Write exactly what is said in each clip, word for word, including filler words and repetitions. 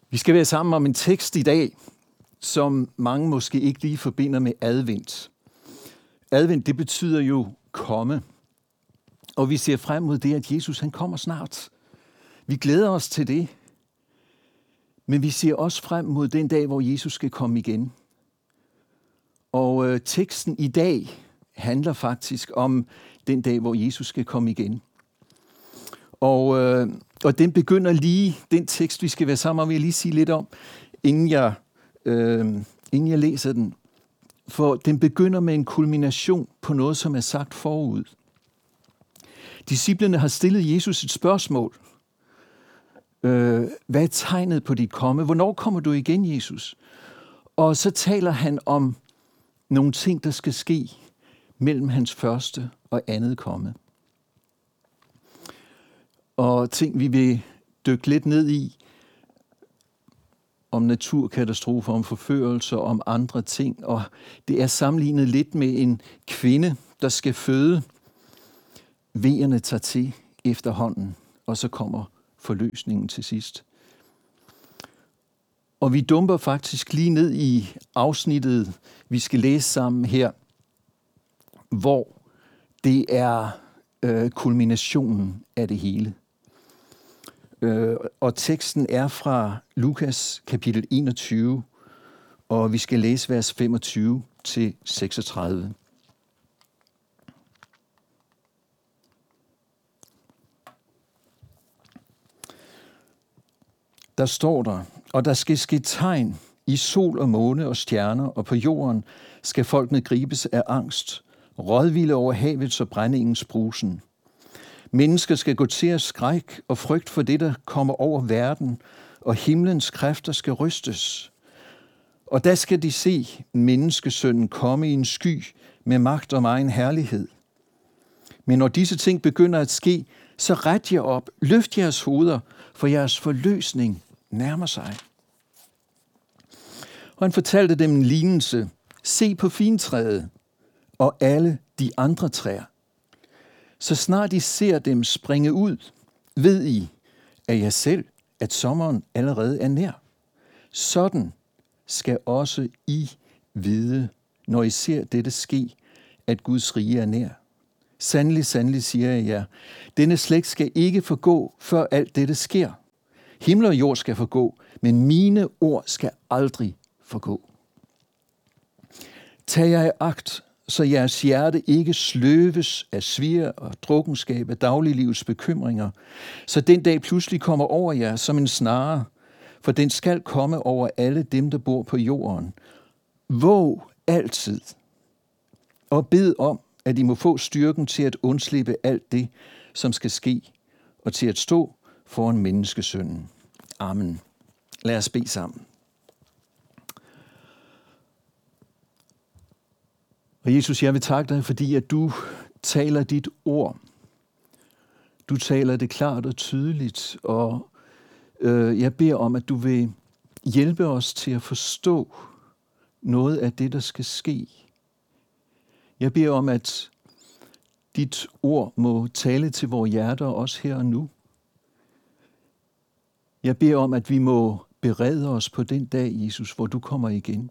Vi skal være sammen om en tekst i dag, som mange måske ikke lige forbinder med advent. Advent, det betyder jo komme. Og vi ser frem mod det, at Jesus han kommer snart. Vi glæder os til det. Men vi ser også frem mod den dag, hvor Jesus skal komme igen. Og øh, teksten i dag handler faktisk om den dag, hvor Jesus skal komme igen. Og, øh, og den begynder lige, den tekst, vi skal være sammen om, vil jeg lige sige lidt om, inden jeg, øh, inden jeg læser den. For den begynder med en kulmination på noget, som er sagt forud. Disciplene har stillet Jesus et spørgsmål. Øh, hvad er tegnet på dit komme? Hvornår kommer du igen, Jesus? Og så taler han om nogle ting, der skal ske mellem hans første og andet komme. Og ting, vi vil dykke lidt ned i, om naturkatastrofer, om forførelser, om andre ting. Og det er sammenlignet lidt med en kvinde, der skal føde. Vejerne tager til efterhånden, og så kommer forløsningen til sidst. Og vi dumper faktisk lige ned i afsnittet, vi skal læse sammen her, hvor det er øh, kulminationen af det hele. Øh, og teksten er fra Lukas kapitel enogtyve, og vi skal læse vers femogtyve til seksogtredive. Der står der, og der skal ske tegn i sol og måne og stjerner, og på jorden skal folkene gribes af angst, rådvilde over havets og brændingens brusen. Mennesker skal gå til af skræk og frygt for det, der kommer over verden, og himlens kræfter skal rystes. Og der skal de se menneskesønnen komme i en sky med magt og megen herlighed. Men når disse ting begynder at ske, så ret jer op, løft jeres hoveder, for jeres forløsning nærmer sig. Og han fortalte dem en lignelse. Se på fintræet og alle de andre træer. Så snart I ser dem springe ud, ved I af jer selv, at sommeren allerede er nær. Sådan skal også I vide, når I ser dette ske, at Guds rige er nær. Sandelig, sandelig siger jeg jer, denne slægt skal ikke forgå, før alt dette sker. Himmel og jord skal forgå, men mine ord skal aldrig forgå. Tag jer i agt, så jeres hjerte ikke sløves af svir og drukkenskab af dagliglivets bekymringer, så den dag pludselig kommer over jer som en snare, for den skal komme over alle dem, der bor på jorden. Våg altid og bed om, at I må få styrken til at undslippe alt det, som skal ske, og til at stå foran menneskesønnen. Amen. Lad os bede sammen. Og Jesus, jeg vil takke dig, fordi at du taler dit ord. Du taler det klart og tydeligt, og øh, jeg beder om, at du vil hjælpe os til at forstå noget af det, der skal ske. Jeg beder om, at dit ord må tale til vores hjerter, også her og nu. Jeg beder om, at vi må berede os på den dag, Jesus, hvor du kommer igen.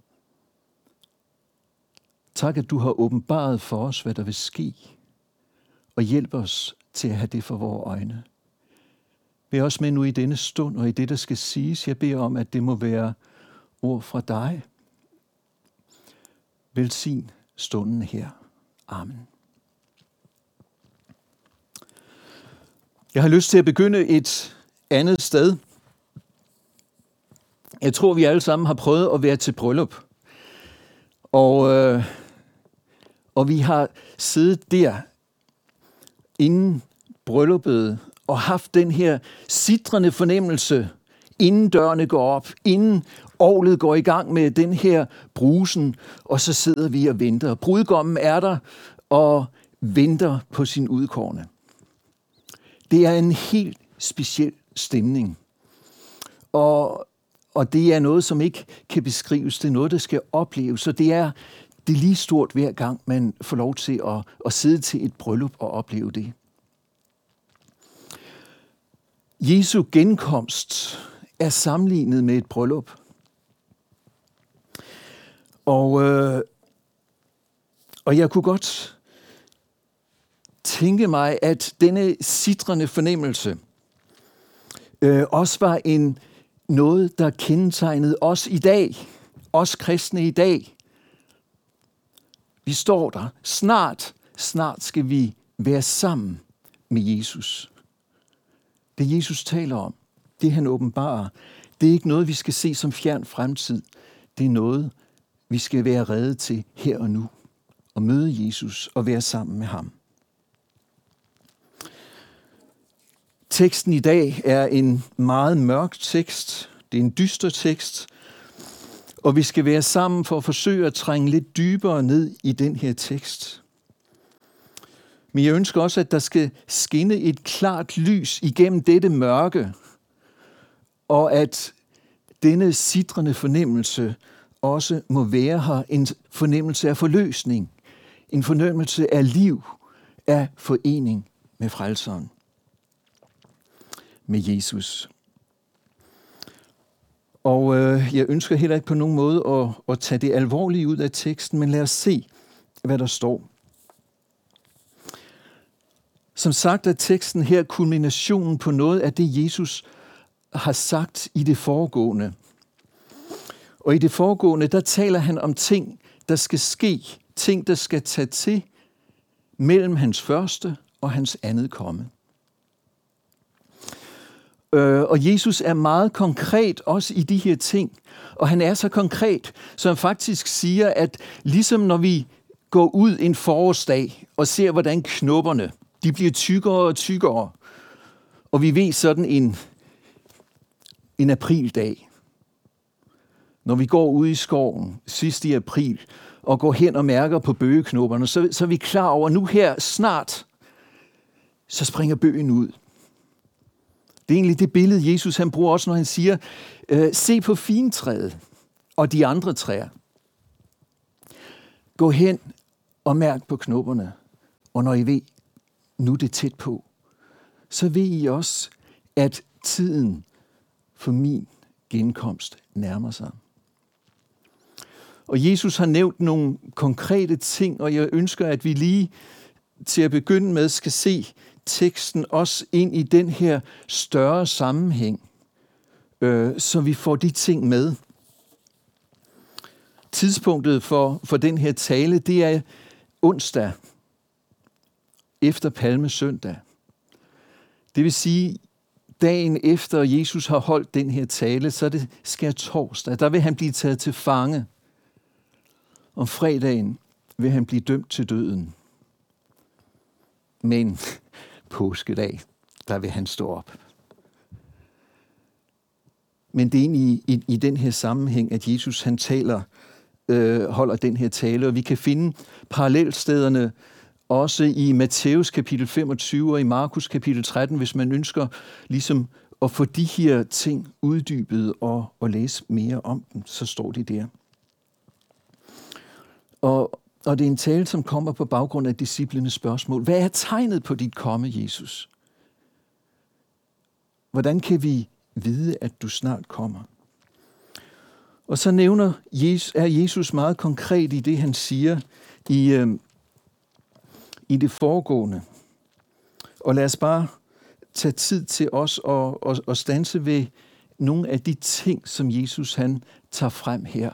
Tak, at du har åbenbaret for os, hvad der vil ske, og hjælp os til at have det for vores øjne. Vær også med nu i denne stund, og i det, der skal siges. Jeg beder om, at det må være ord fra dig. Velsign stunden her. Amen. Jeg har lyst til at begynde et andet sted. Jeg tror, vi alle sammen har prøvet at være til bryllup. Og, øh, og vi har siddet der inden brylluppet og haft den her sitrende fornemmelse, inden dørene går op, inden orglet går i gang med den her brusen, og så sidder vi og venter. Brudgommen er der og venter på sin udkårne. Det er en helt speciel stemning. Og, og det er noget, som ikke kan beskrives. Det er noget, der skal opleves. Så det er, det er lige stort hver gang, man får lov til at, at sidde til et bryllup og opleve det. Jesu genkomst er sammenlignet med et bryllup. Og, øh, og jeg kunne godt tænke mig, at denne sitrende fornemmelse øh, også var en noget, der kendetegnede os i dag, os kristne i dag. Vi står der. Snart, snart skal vi være sammen med Jesus. Det Jesus taler om, det han åbenbarer, det er ikke noget, vi skal se som fjern fremtid. Det er noget, vi skal være rede til her og nu. Og møde Jesus og være sammen med ham. Teksten i dag er en meget mørk tekst. Det er en dyster tekst. Og vi skal være sammen for at forsøge at trænge lidt dybere ned i den her tekst. Men jeg ønsker også, at der skal skinne et klart lys igennem dette mørke, og at denne sitrende fornemmelse også må være her en fornemmelse af forløsning, en fornemmelse af liv, af forening med Frelseren, med Jesus. Og øh, jeg ønsker heller ikke på nogen måde at, at tage det alvorlige ud af teksten, men lad os se, hvad der står. Som sagt er teksten her kulminationen på noget af det, Jesus har sagt i det foregående. Og i det foregående, der taler han om ting, der skal ske, ting, der skal tage til mellem hans første og hans andet komme. Og Jesus er meget konkret også i de her ting. Og han er så konkret, så han faktisk siger, at ligesom når vi går ud en forårsdag og ser, hvordan knopperne, de bliver tykkere og tykkere, og vi ved sådan en, en aprildag, når vi går ud i skoven sidst i april og går hen og mærker på bøgeknopperne, så, så er vi klar over, at nu her snart, så springer bøgen ud. Det er egentlig det billede, Jesus han bruger også, når han siger, se på fintræet og de andre træer. Gå hen og mærk på knopperne, og når I ved, nu er det tæt på, så ved I også, at tiden for min genkomst nærmer sig. Og Jesus har nævnt nogle konkrete ting, og jeg ønsker, at vi lige til at begynde med skal se teksten også ind i den her større sammenhæng, øh, så vi får de ting med. Tidspunktet for, for den her tale, det er onsdag efter Palmesøndag. Det vil sige, dagen efter Jesus har holdt den her tale, så er det skærtorsdag. Der vil han blive taget til fange. Om fredagen vil han blive dømt til døden. Men påskedag, der vil han stå op. Men det er egentlig i, i, i den her sammenhæng, at Jesus han taler, øh, holder den her tale, og vi kan finde parallelstederne også i Matthæus kapitel femogtyve og i Markus kapitel tretten, hvis man ønsker ligesom at få de her ting uddybet og, og læse mere om dem, så står de der. Og, og det er en tale, som kommer på baggrund af disciplenes spørgsmål. Hvad er tegnet på dit komme, Jesus? Hvordan kan vi vide, at du snart kommer? Og så nævner Jesus, er Jesus meget konkret i det, han siger i, øh, i det foregående. Og lad os bare tage tid til os og, og, og standse ved nogle af de ting, som Jesus han tager frem her.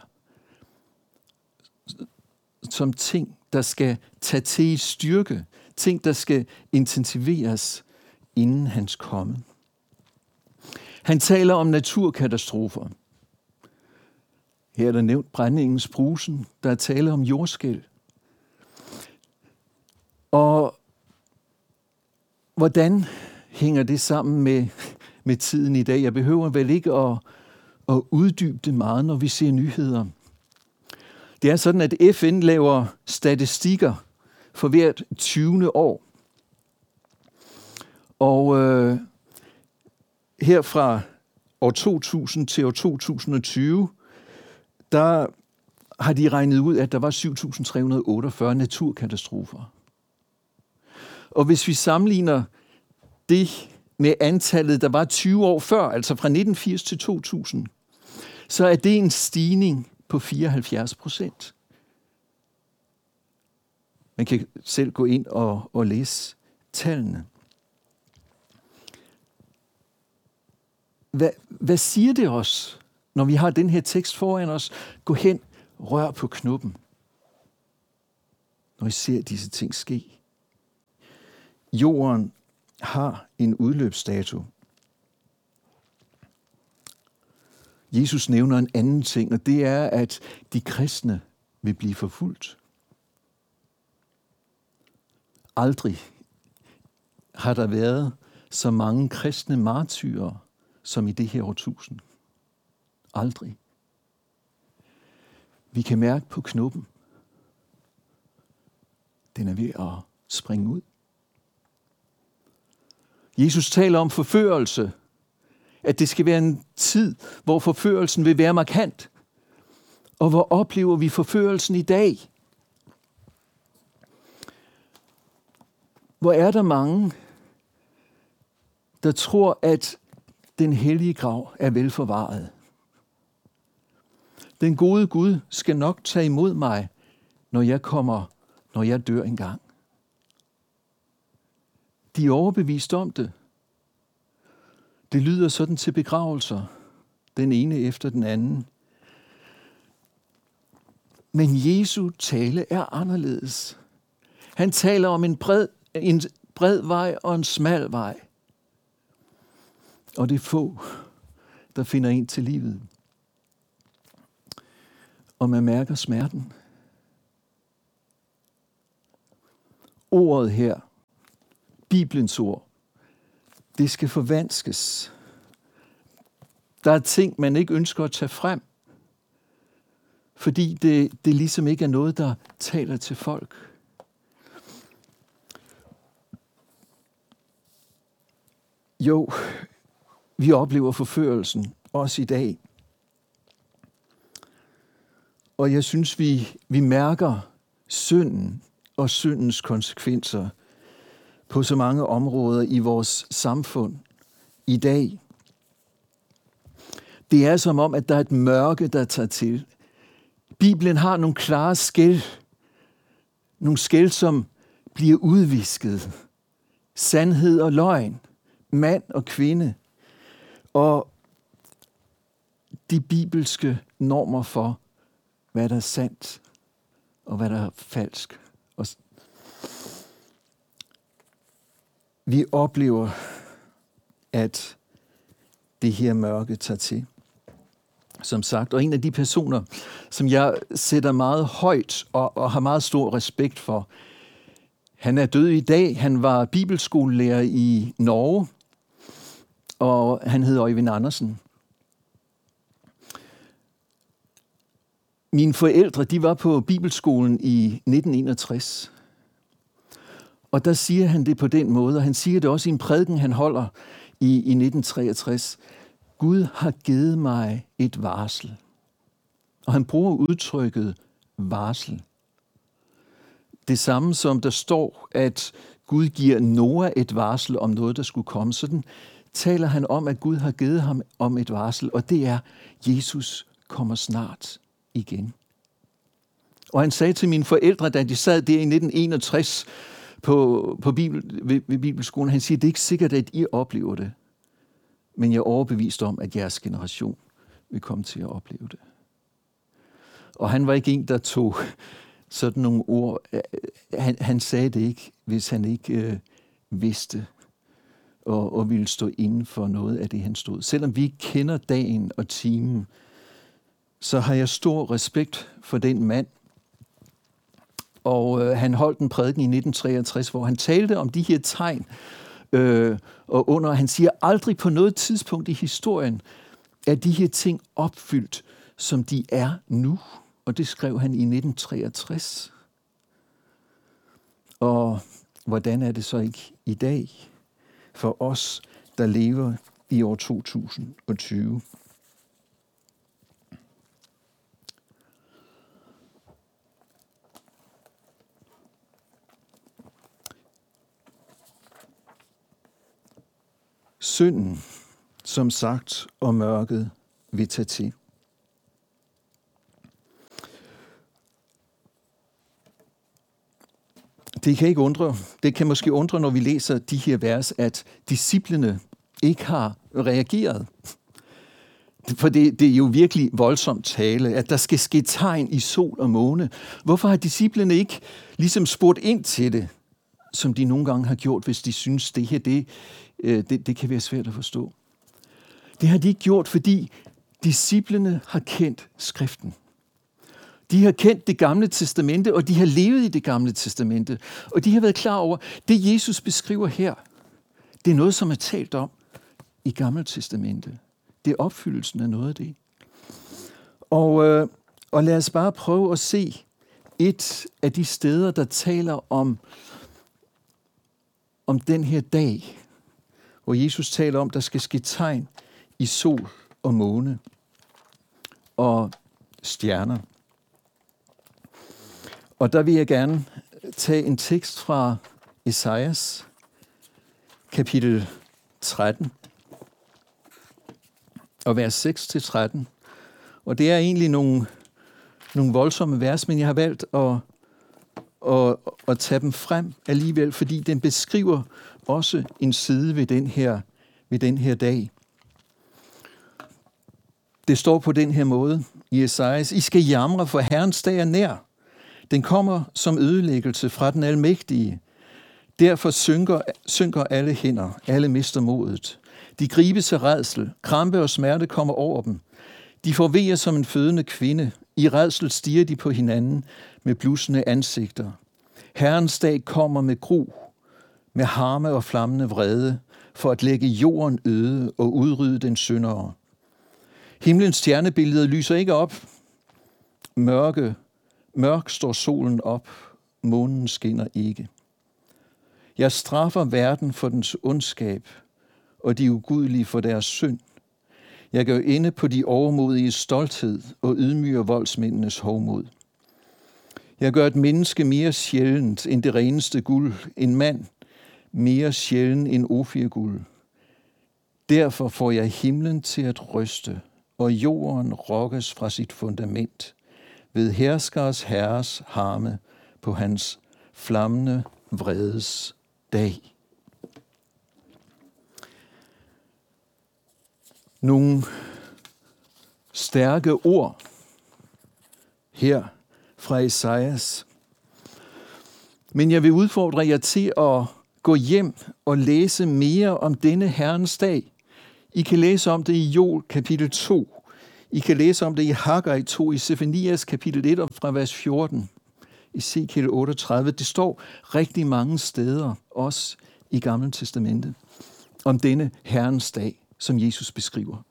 Som ting, der skal tage til i styrke. Ting, der skal intensiveres inden hans komme. Han taler om naturkatastrofer. Her er der nævnt brændingens brusen. Der er tale om jordskælv. Og hvordan hænger det sammen med, med tiden i dag? Jeg behøver vel ikke at, at uddybe det meget, når vi ser nyheder. Det er sådan, at F N laver statistikker for hvert tyvende år. Og øh, her fra år to tusind til år to tusind og tyve, der har de regnet ud, at der var syv tusind tre hundrede og otteogfyrre naturkatastrofer. Og hvis vi sammenligner det med antallet, der var tyve år før, altså fra nitten firs til to tusind, så er det en stigning på fireoghalvfjerds procent. Man kan selv gå ind og, og læse tallene. Hvad, hvad siger det os, når vi har den her tekst foran os? Gå hen, rør på knuppen, når I ser disse ting ske. Jorden har en udløbsdato. Jesus nævner en anden ting, og det er, at de kristne vil blive forfulgt. Aldrig har der været så mange kristne martyrer som i det her årtusind. Aldrig. Vi kan mærke på knuppen. Den er ved at springe ud. Jesus taler om forførelse. At det skal være en tid, hvor forførelsen vil være markant. Og hvor oplever vi forførelsen i dag? Hvor er der mange, der tror, at den hellige grav er velforvaret. Den gode Gud skal nok tage imod mig, når jeg kommer, når jeg dør engang. De er overbevist om det. Det lyder sådan til begravelser, den ene efter den anden. Men Jesu tale er anderledes. Han taler om en bred, en bred vej og en smal vej. Og det er få, der finder ind til livet. Og man mærker smerten. Ordet her, Bibelens ord, det skal forvanskes. Der er ting, man ikke ønsker at tage frem, fordi det, det ligesom ikke er noget, der taler til folk. Jo, vi oplever forførelsen, også i dag. Og jeg synes, vi, vi mærker synden og syndens konsekvenser på så mange områder i vores samfund i dag. Det er som om, at der er et mørke, der tager til. Bibelen har nogle klare skel. Nogle skel, som bliver udvisket. Sandhed og løgn. Mand og kvinde. Og de bibelske normer for, hvad der er sandt og hvad der er falsk. Og vi oplever, at det her mørke tager til. Som sagt, og en af de personer, som jeg sætter meget højt og, og har meget stor respekt for, han er død i dag. Han var bibelskolelærer i Norge, og han hed Øjvind Andersen. Mine forældre, de var på bibelskolen i nitten enogtres. Og der siger han det på den måde, og han siger det også i en prædiken, han holder i, i nitten treogtres. Gud har givet mig et varsel. Og han bruger udtrykket varsel. Det samme som der står, at Gud giver Noah et varsel om noget, der skulle komme. Sådan taler han om, at Gud har givet ham om et varsel, og det er, Jesus kommer snart igen. Og han sagde til mine forældre, da de sad der i nitten enogtres på, på Bibel, ved, ved Bibelskolen, han siger, det er ikke sikkert, at I oplever det, men jeg er overbevist om, at jeres generation vil komme til at opleve det. Og han var ikke en, der tog sådan nogle ord. Han, han sagde det ikke, hvis han ikke øh, vidste og, og ville stå inden for noget af det, han stod. Selvom vi ikke kender dagen og timen, så har jeg stor respekt for den mand. Og øh, han holdt en prædiken i nitten treogtres, hvor han talte om de her tegn. Øh, og under, han siger, aldrig på noget tidspunkt i historien er de her ting opfyldt, som de er nu. Og det skrev han i nitten treogtres. Og hvordan er det så ikke i dag for os, der lever i år to tusind og tyve? synden, som sagt, og mørket vil tage til. Det kan ikke undre. Det kan måske undre, når vi læser de her vers, at disciplene ikke har reageret. For det, det er jo virkelig voldsomt tale, at der skal ske tegn i sol og måne. Hvorfor har disciplene ikke ligesom spurgt ind til det, som de nogle gange har gjort, hvis de synes, det her det, det, det kan være svært at forstå? Det har de ikke gjort, fordi disciplene har kendt skriften. De har kendt det gamle testamente, og de har levet i det gamle testamente. Og de har været klar over, det Jesus beskriver her, det er noget, som er talt om i gamle testamente. Det er opfyldelsen af noget af det. Og, øh, og lad os bare prøve at se et af de steder, der taler om, om den her dag, hvor Jesus taler om, der skal ske tegn i sol og måne og stjerner. Og der vil jeg gerne tage en tekst fra Esajas, kapitel tretten, og vers seks til tretten. Og det er egentlig nogle, nogle voldsomme vers, men jeg har valgt at, at, at tage dem frem alligevel, fordi den beskriver også en side ved den her, ved den her dag. Det står på den her måde i Esajas: I skal jamre, for Herrens dag er nær. Den kommer som ødelæggelse fra den almægtige. Derfor synker, synker alle hænder, alle mister modet. De gribes af rædsel, krampe og smerte kommer over dem. De forvejer som en fødende kvinde. I rædsel stiger de på hinanden med blussende ansigter. Herrens dag kommer med gru, med harme og flammende vrede, for at lægge jorden øde og udrydde den syndere. Himlens stjernebilleder lyser ikke op. Mørke, mørk står solen op, månen skinner ikke. Jeg straffer verden for dens ondskab, og de ugudelige for deres synd. Jeg gør inde på de overmodige stolthed og ydmyger voldsmændenes hovmod. Jeg gør et menneske mere sjældent end det reneste guld, en mand mere sjælden end ofirguld. Derfor får jeg himlen til at ryste, og jorden rokkes fra sit fundament, ved herskers herres harme på hans flammende vredes dag. Nogle stærke ord her fra Esajas. Men jeg vil udfordre jer til at gå hjem og læse mere om denne Herrens dag. I kan læse om det i Joel kapitel to. I kan læse om det i Haggai to, i Sefanias kapitel et og fra vers fjorten. I Ezekiel otteogtredive. Det står rigtig mange steder, også i Gamle Testamente, om denne Herrens dag, som Jesus beskriver.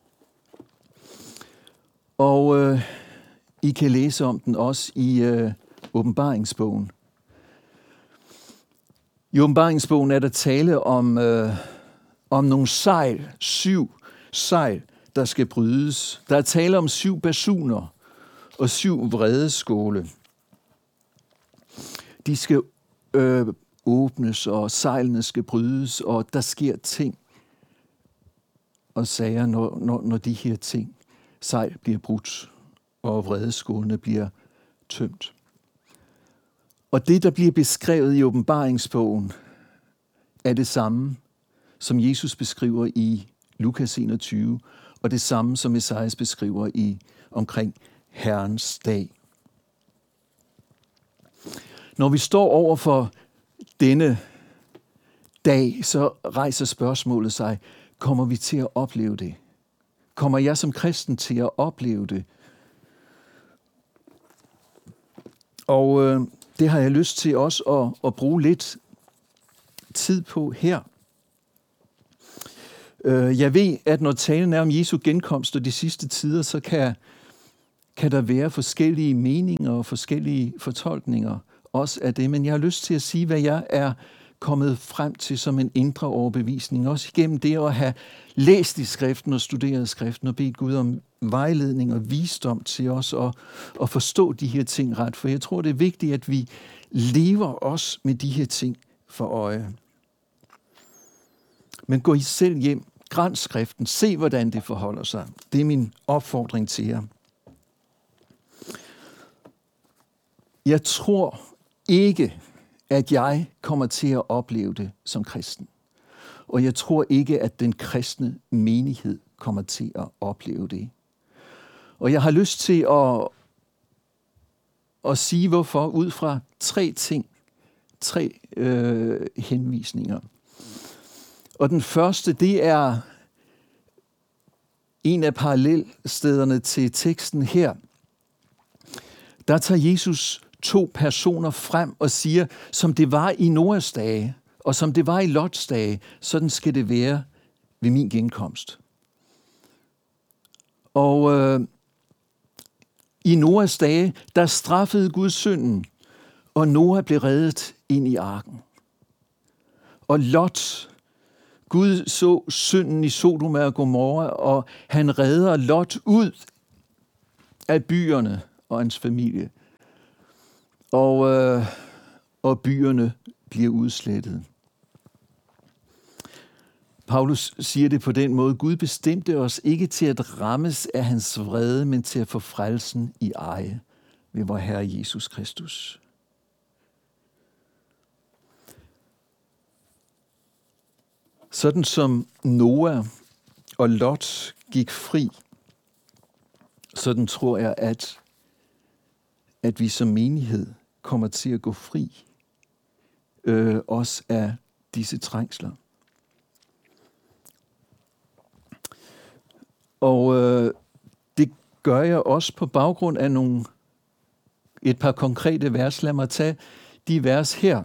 Og øh, I kan læse om den også i øh, åbenbaringsbogen. I åbenbaringsbogen er der tale om, øh, om nogle sejl, syv sejl, der skal brydes. Der er tale om syv basuner og syv vredeskåle. De skal øh, åbnes, og sejlene skal brydes, og der sker ting og sager, når, når, når de her ting, sejl bliver brudt, og vredeskålene bliver tømt. Og det, der bliver beskrevet i åbenbaringsbogen, er det samme, som Jesus beskriver i Lukas enogtyve, og det samme, som Esajas beskriver i omkring Herrens dag. Når vi står over for denne dag, så rejser spørgsmålet sig, kommer vi til at opleve det? Kommer jeg som kristen til at opleve det? Og øh, det har jeg lyst til også at, at bruge lidt tid på her. Øh, jeg ved, at når talen er om Jesu genkomst og de sidste tider, så kan, kan der være forskellige meninger og forskellige fortolkninger også af det. Men jeg har lyst til at sige, hvad jeg er kommet frem til som en indre overbevisning. Også igennem det at have læst i skriften og studeret skriften og bedt Gud om vejledning og visdom til os at, at forstå de her ting ret. For jeg tror, det er vigtigt, at vi lever os med de her ting for øje. Men gå I selv hjem, gransk skriften, se hvordan det forholder sig. Det er min opfordring til jer. Jeg tror ikke, at jeg kommer til at opleve det som kristen. Og jeg tror ikke, at den kristne menighed kommer til at opleve det. Og jeg har lyst til at, at sige, hvorfor, ud fra tre ting, tre øh, henvisninger. Og den første, det er en af parallelstederne til teksten her. Der tager Jesus to personer frem og siger, som det var i Noas dage, og som det var i Lots dage, sådan skal det være ved min genkomst. Og øh, i Noas dage, der straffede Gud synden, og Noah blev reddet ind i arken. Og Lot, Gud så synden i Sodoma og Gomorra, og han redder Lot ud af byerne og hans familie. Og, øh, og byerne bliver udslettet. Paulus siger det på den måde, Gud bestemte os ikke til at rammes af hans vrede, men til at få frelsen i eje ved vor Herre Jesus Kristus. Sådan som Noah og Lot gik fri, sådan tror jeg, at, at vi som menighed kommer til at gå fri, øh, også af disse trængsler. Og øh, det gør jeg også på baggrund af nogle, et par konkrete vers. Lad mig tage de vers her.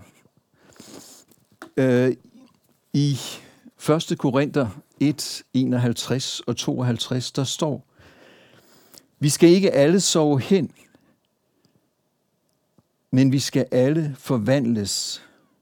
Øh, I første Korinther et, enoghalvtreds og tooghalvtreds, der står, vi skal ikke alle sove hen, men vi skal alle forvandles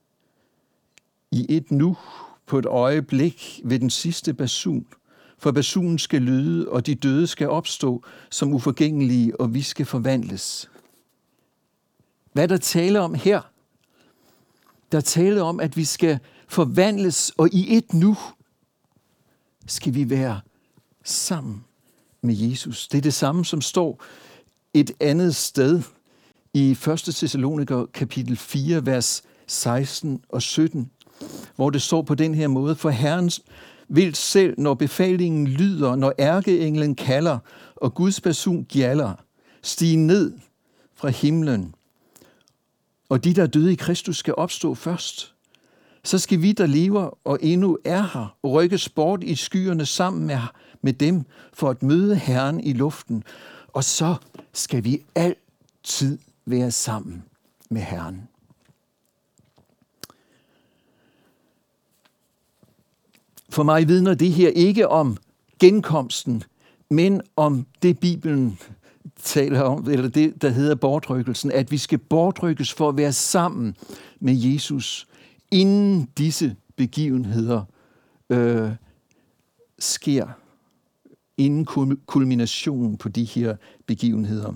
i et nu på et øjeblik ved den sidste basun. For basunen skal lyde, og de døde skal opstå som uforgængelige, og vi skal forvandles. Hvad der taler om her? Der taler om, at vi skal forvandles, og i et nu skal vi være sammen med Jesus. Det er det samme, som står et andet sted i første Thessaloniker kapitel fire, vers seksten og sytten, hvor det står på den her måde, for Herren vil selv, når befalingen lyder, når ærkeenglen kalder, og Guds basun gjalder, stige ned fra himlen, og de, der er døde i Kristus, skal opstå først. Så skal vi, der lever og endnu er her, rykkes bort i skyerne sammen med, med dem, for at møde Herren i luften, og så skal vi altid være sammen med Herren. For mig vidner det her ikke om genkomsten, men om det Bibelen taler om, eller det, der hedder bortrykkelsen, at vi skal bortrykkes for at være sammen med Jesus, inden disse begivenheder øh, sker, inden kulminationen på de her begivenheder.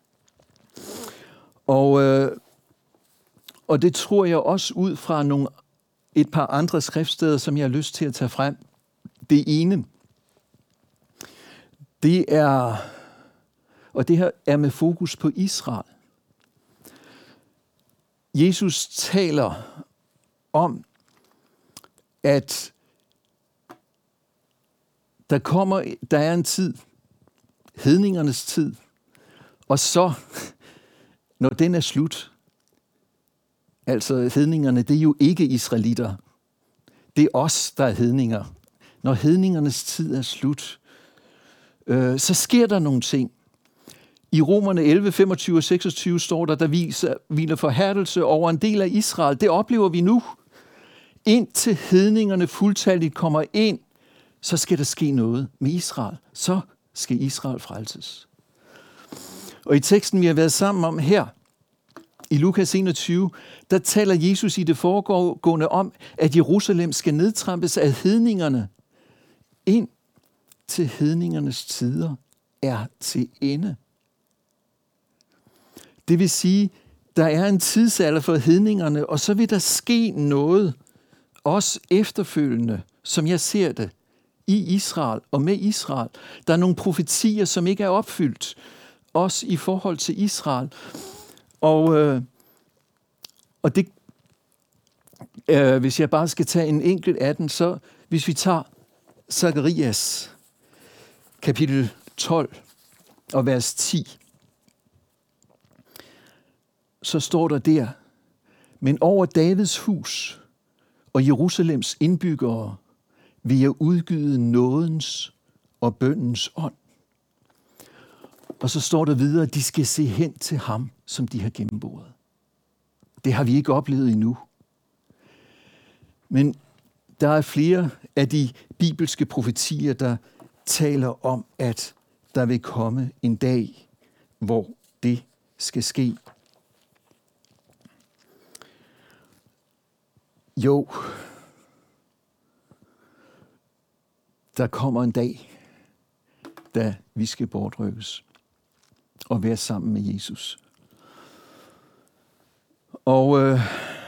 Og, øh, og det tror jeg også ud fra nogle et par andre skriftsteder, som jeg har lyst til at tage frem. Det ene, det er, og det her er med fokus på Israel. Jesus taler om, at der kommer, der er en tid, hedningernes tid, og så, når den er slut, altså hedningerne, det er jo ikke israelitter. Det er os, der er hedninger. Når hedningernes tid er slut, øh, så sker der nogle ting. I Romerne elleve, femogtyve og seksogtyve står der, der viser, hviler forhærdelse over en del af Israel. Det oplever vi nu. Indtil hedningerne fuldtalligt kommer ind, så skal der ske noget med Israel. Så skal Israel frelses. Og i teksten, vi har været sammen om her, i Lukas enogtyve, der taler Jesus i det foregående om, at Jerusalem skal nedtrampes af hedningerne, ind til hedningernes tider er til ende. Det vil sige, der er en tidsalder for hedningerne, og så vil der ske noget, også efterfølgende, som jeg ser det, i Israel og med Israel. Der er nogle profetier, som ikke er opfyldt, også i forhold til Israel. Og, øh, og det, øh, hvis jeg bare skal tage en enkelt af den, så hvis vi tager Zakarias, kapitel tolv og vers ti, så står der der, men over Davids hus og Jerusalems indbyggere vil jeg udgyde nådens og bønnens ånd. Og så står der videre, at de skal se hen til ham, som de har gennemboret. Det har vi ikke oplevet endnu. Men der er flere af de bibelske profetier, der taler om, at der vil komme en dag, hvor det skal ske. Jo, der kommer en dag, da vi skal bortrykkes og være sammen med Jesus. Og øh,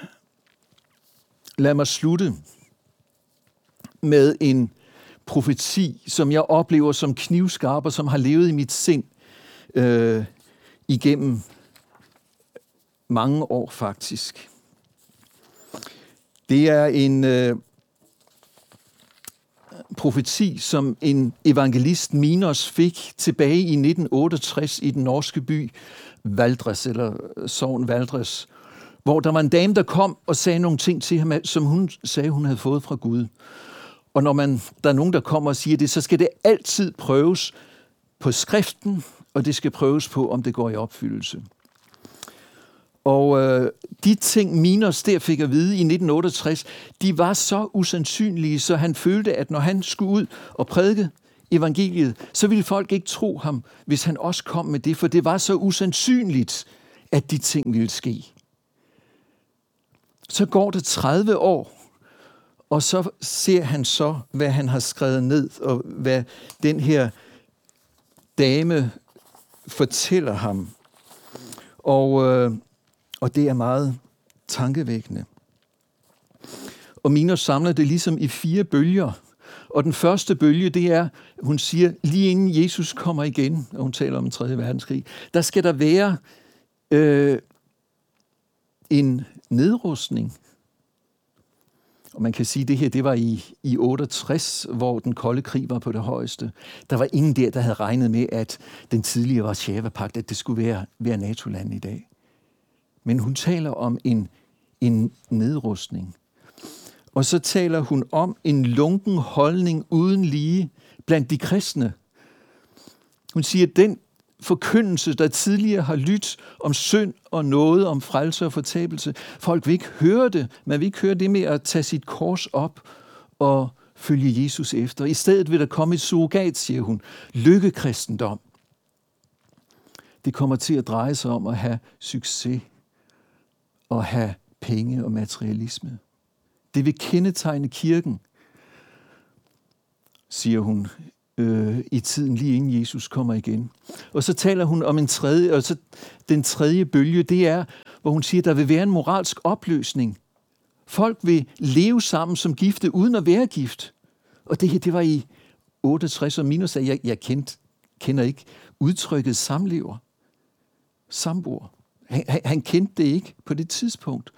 lad mig slutte med en profeti, som jeg oplever som knivskarp, og som har levet i mit sind øh, igennem mange år faktisk. Det er en øh, profeti, som en evangelist Minos fik tilbage i nitten otteogtres i den norske by Valdres, eller sogn Valdres, hvor der var en dame, der kom og sagde nogle ting til ham, som hun sagde, hun havde fået fra Gud. Og når man, der er nogen, der kommer og siger det, så skal det altid prøves på skriften, og det skal prøves på, om det går i opfyldelse. Og øh, de ting, Minos der fik at vide i nitten otteogtres, de var så usandsynlige, så han følte, at når han skulle ud og prædike evangeliet, så ville folk ikke tro ham, hvis han også kom med det, for det var så usandsynligt, at de ting ville ske. Så går det tredive år, og så ser han så, hvad han har skrevet ned, og hvad den her dame fortæller ham. Og, øh, og det er meget tankevækkende. Og Minos samler det ligesom i fire bølger. Og den første bølge, det er, hun siger, lige inden Jesus kommer igen, og hun taler om den tredje verdenskrig, der skal der være øh, en nedrustning. Og man kan sige, at det her, det var i, i otteogtres, hvor den kolde krig var på det højeste. Der var ingen der, der havde regnet med, at den tidligere Warszawa-pagt, at det skulle være, være NATO-land i dag. Men hun taler om en, en nedrustning. Og så taler hun om en lunken holdning uden lige blandt de kristne. Hun siger, at den forkyndelse, der tidligere har lyttet om synd og noget, om frelse og fortabelse, folk vil ikke høre det. Man vil ikke høre det med at tage sit kors op og følge Jesus efter. I stedet vil der komme et surrogat, siger hun, lykkekristendom. Det kommer til at dreje sig om at have succes og have penge og materialisme. Det vil kendetegne kirken, siger hun, øh, i tiden lige inden Jesus kommer igen. Og så taler hun om en tredje, og så den tredje bølge, det er, hvor hun siger, at der vil være en moralsk opløsning. Folk vil leve sammen som gifte, uden at være gift. Og det her, det var i otteogtres, og Minos sagde, jeg, jeg kendte, kender ikke udtrykket samlever, samboer. Han, han, han kendte det ikke på det tidspunkt.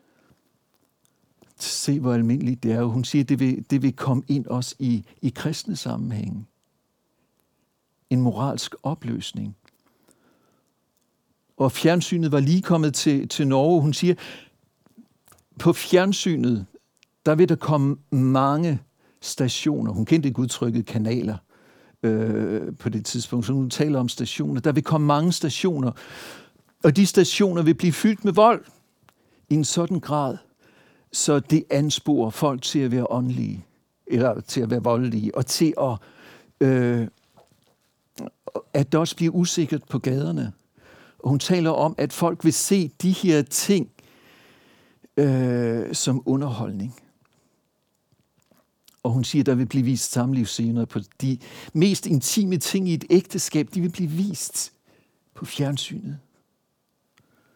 Se, hvor almindeligt det er. Hun siger, at det vil, det vil komme ind også i, i kristne sammenhænge. En moralsk opløsning. Og fjernsynet var lige kommet til, til Norge. Hun siger, på fjernsynet, der vil der komme mange stationer. Hun kendte ikke udtrykket kanaler øh, på det tidspunkt, så hun taler om stationer. Der vil komme mange stationer, og de stationer vil blive fyldt med vold i en sådan grad, så det ansporer folk til at være åndelige, eller til at være voldelige, og til at, øh, at det også bliver usikkert på gaderne. Og hun taler om, at folk vil se de her ting øh, som underholdning. Og hun siger, at der vil blive vist samlivsscener på de mest intime ting i et ægteskab, de vil blive vist på fjernsynet.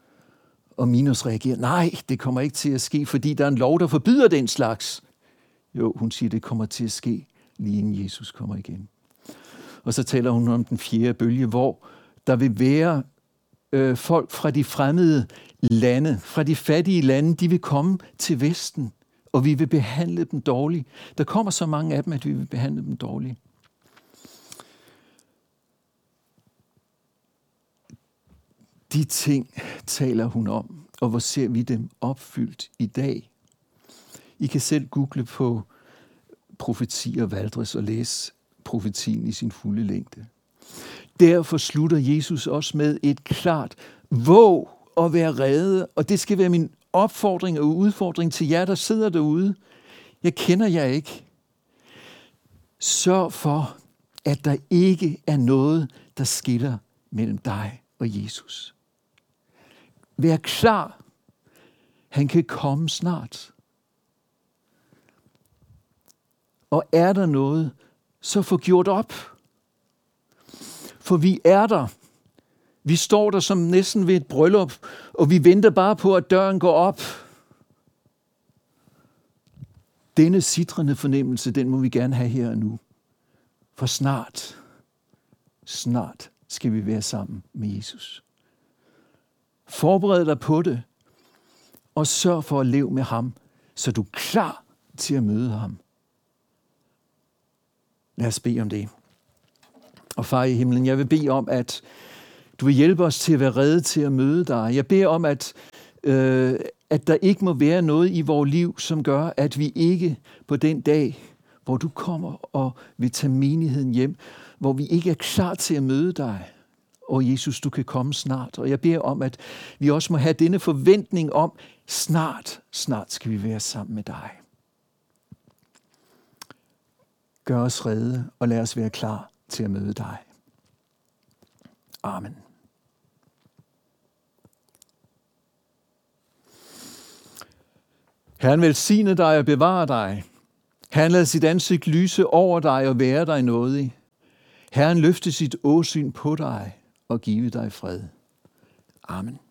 Og Minos reagerer, nej, det kommer ikke til at ske, fordi der er en lov, der forbyder den slags. Jo, hun siger, det kommer til at ske, lige inden Jesus kommer igen. Og så taler hun om den fjerde bølge, hvor der vil være øh, folk fra de fremmede lande, fra de fattige lande, de vil komme til Vesten, og vi vil behandle dem dårligt. Der kommer så mange af dem, at vi vil behandle dem dårligt. De ting taler hun om, og hvor ser vi dem opfyldt i dag? I kan selv google på profetier Valdres og læse profetien i sin fulde længde. Derfor slutter Jesus også med et klart våg at være rede, og det skal være min opfordring og udfordring til jer, der sidder derude. Jeg kender jer ikke. Sørg for, at der ikke er noget, der skiller mellem dig og Jesus. Vær klar. Han kan komme snart. Og er der noget, så få gjort op. For vi er der. Vi står der som næsten ved et bryllup, og vi venter bare på, at døren går op. Denne sitrende fornemmelse, den må vi gerne have her og nu. For snart, snart skal vi være sammen med Jesus. Forbered dig på det, og sørg for at leve med ham, så du er klar til at møde ham. Lad os bede om det. Og far i himlen, jeg vil bede om, at du vil hjælpe os til at være rede til at møde dig. Jeg beder om, at, øh, at der ikke må være noget i vores liv, som gør, at vi ikke på den dag, hvor du kommer og vil tage menigheden hjem, hvor vi ikke er klar til at møde dig. Og Jesus, du kan komme snart. Og jeg beder om, at vi også må have denne forventning om, snart, snart skal vi være sammen med dig. Gør os rede, og lad os være klar til at møde dig. Amen. Herren velsigne dig og bevare dig. Herren lader sit ansigt lyse over dig og være dig nådig. Herren løfte sit åsyn på dig og give dig fred. Amen.